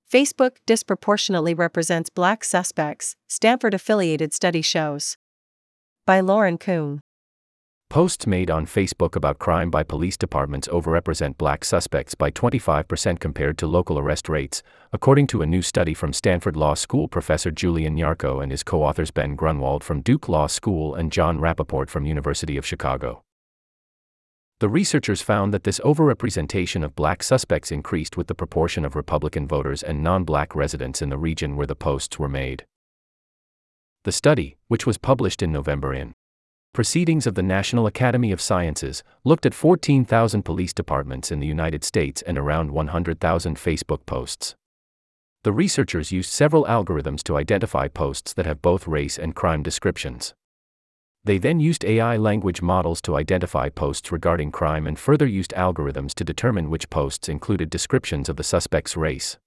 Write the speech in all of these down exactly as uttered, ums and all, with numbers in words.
Facebook disproportionately represents black suspects, Stanford-affiliated study shows. By Lauren Kuhn. Posts made on Facebook about crime by police departments overrepresent black suspects by twenty-five percent compared to local arrest rates, according to a new study from Stanford Law School professor Julian Nyarko and his co-authors Ben Grunwald from Duke Law School and John Rappaport from University of Chicago. The researchers found that this overrepresentation of black suspects increased with the proportion of Republican voters and non-black residents in the region where the posts were made. The study, which was published in November in Proceedings of the National Academy of Sciences, looked at fourteen thousand police departments in the United States and around one hundred thousand Facebook posts. The researchers used several algorithms to identify posts that have both race and crime descriptions. They then used A I language models to identify posts regarding crime and further used algorithms to determine which posts included descriptions of the suspect's race.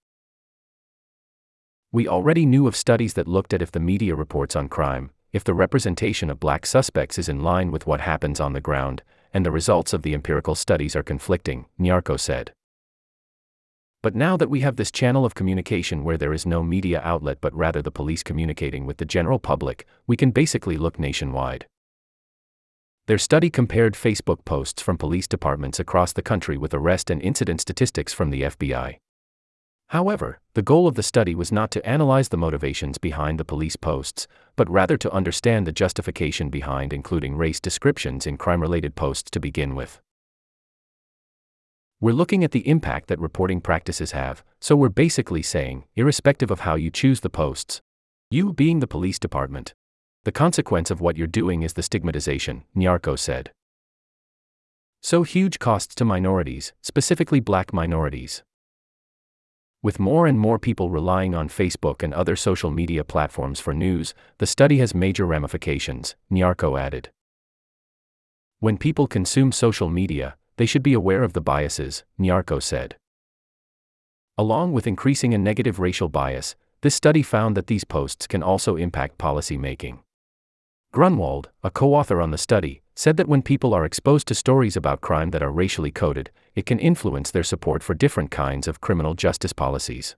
We already knew of studies that looked at if the media reports on crime, if the representation of black suspects is in line with what happens on the ground, and the results of the empirical studies are conflicting, Nyarko said. But now that we have this channel of communication where there is no media outlet but rather the police communicating with the general public, we can basically look nationwide. Their study compared Facebook posts from police departments across the country with arrest and incident statistics from the F B I. However, the goal of the study was not to analyze the motivations behind the police posts, but rather to understand the justification behind including race descriptions in crime-related posts to begin with. We're looking at the impact that reporting practices have, so we're basically saying, irrespective of how you choose the posts, you being the police department, the consequence of what you're doing is the stigmatization, Nyarko said. So huge costs to minorities, specifically black minorities. With more and more people relying on Facebook and other social media platforms for news, the study has major ramifications, Nyarko added. When people consume social media, they should be aware of the biases, Nyarko said. Along with increasing a negative racial bias, this study found that these posts can also impact policy making. Grunwald, a co-author on the study, said that when people are exposed to stories about crime that are racially coded, it can influence their support for different kinds of criminal justice policies.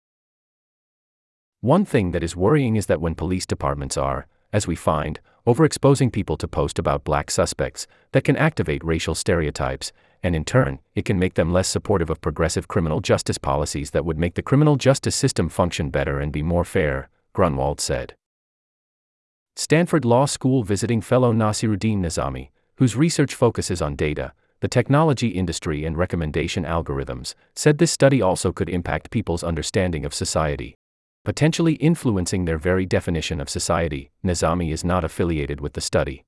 One thing that is worrying is that when police departments are, as we find, overexposing people to post about black suspects, that can activate racial stereotypes, and in turn, it can make them less supportive of progressive criminal justice policies that would make the criminal justice system function better and be more fair, Grunwald said. Stanford Law School visiting fellow Nasiruddin Nizami, whose research focuses on data, the technology industry and recommendation algorithms, said this study also could impact people's understanding of society, potentially influencing their very definition of society. Nizami is not affiliated with the study.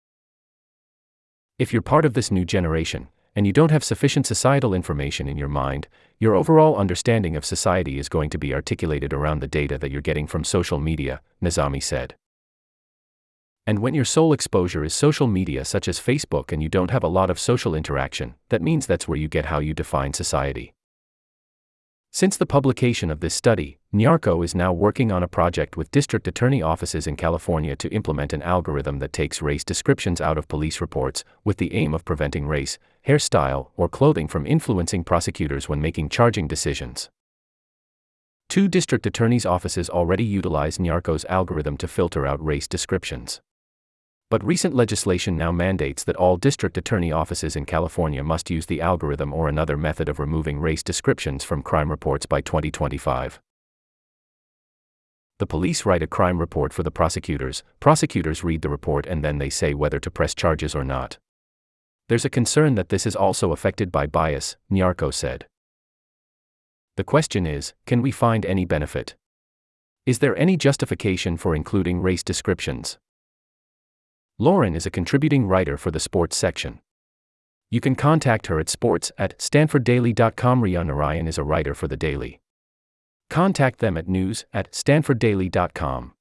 If you're part of this new generation, and you don't have sufficient societal information in your mind, your overall understanding of society is going to be articulated around the data that you're getting from social media, Nizami said. And when your sole exposure is social media such as Facebook and you don't have a lot of social interaction, that means that's where you get how you define society. Since the publication of this study, Nyarko is now working on a project with district attorney offices in California to implement an algorithm that takes race descriptions out of police reports, with the aim of preventing race, hairstyle, or clothing from influencing prosecutors when making charging decisions. Two district attorneys' offices already utilize Nyarko's algorithm to filter out race descriptions. But recent legislation now mandates that all district attorney offices in California must use the algorithm or another method of removing race descriptions from crime reports by twenty twenty-five. The police write a crime report for the prosecutors, prosecutors read the report and then they say whether to press charges or not. There's a concern that this is also affected by bias, Nyarko said. The question is, can we find any benefit? Is there any justification for including race descriptions? Lauren is a contributing writer for the sports section. You can contact her at sports at stanford daily dot com. Riya Narayan is a writer for the Daily. Contact them at news at stanford daily dot com.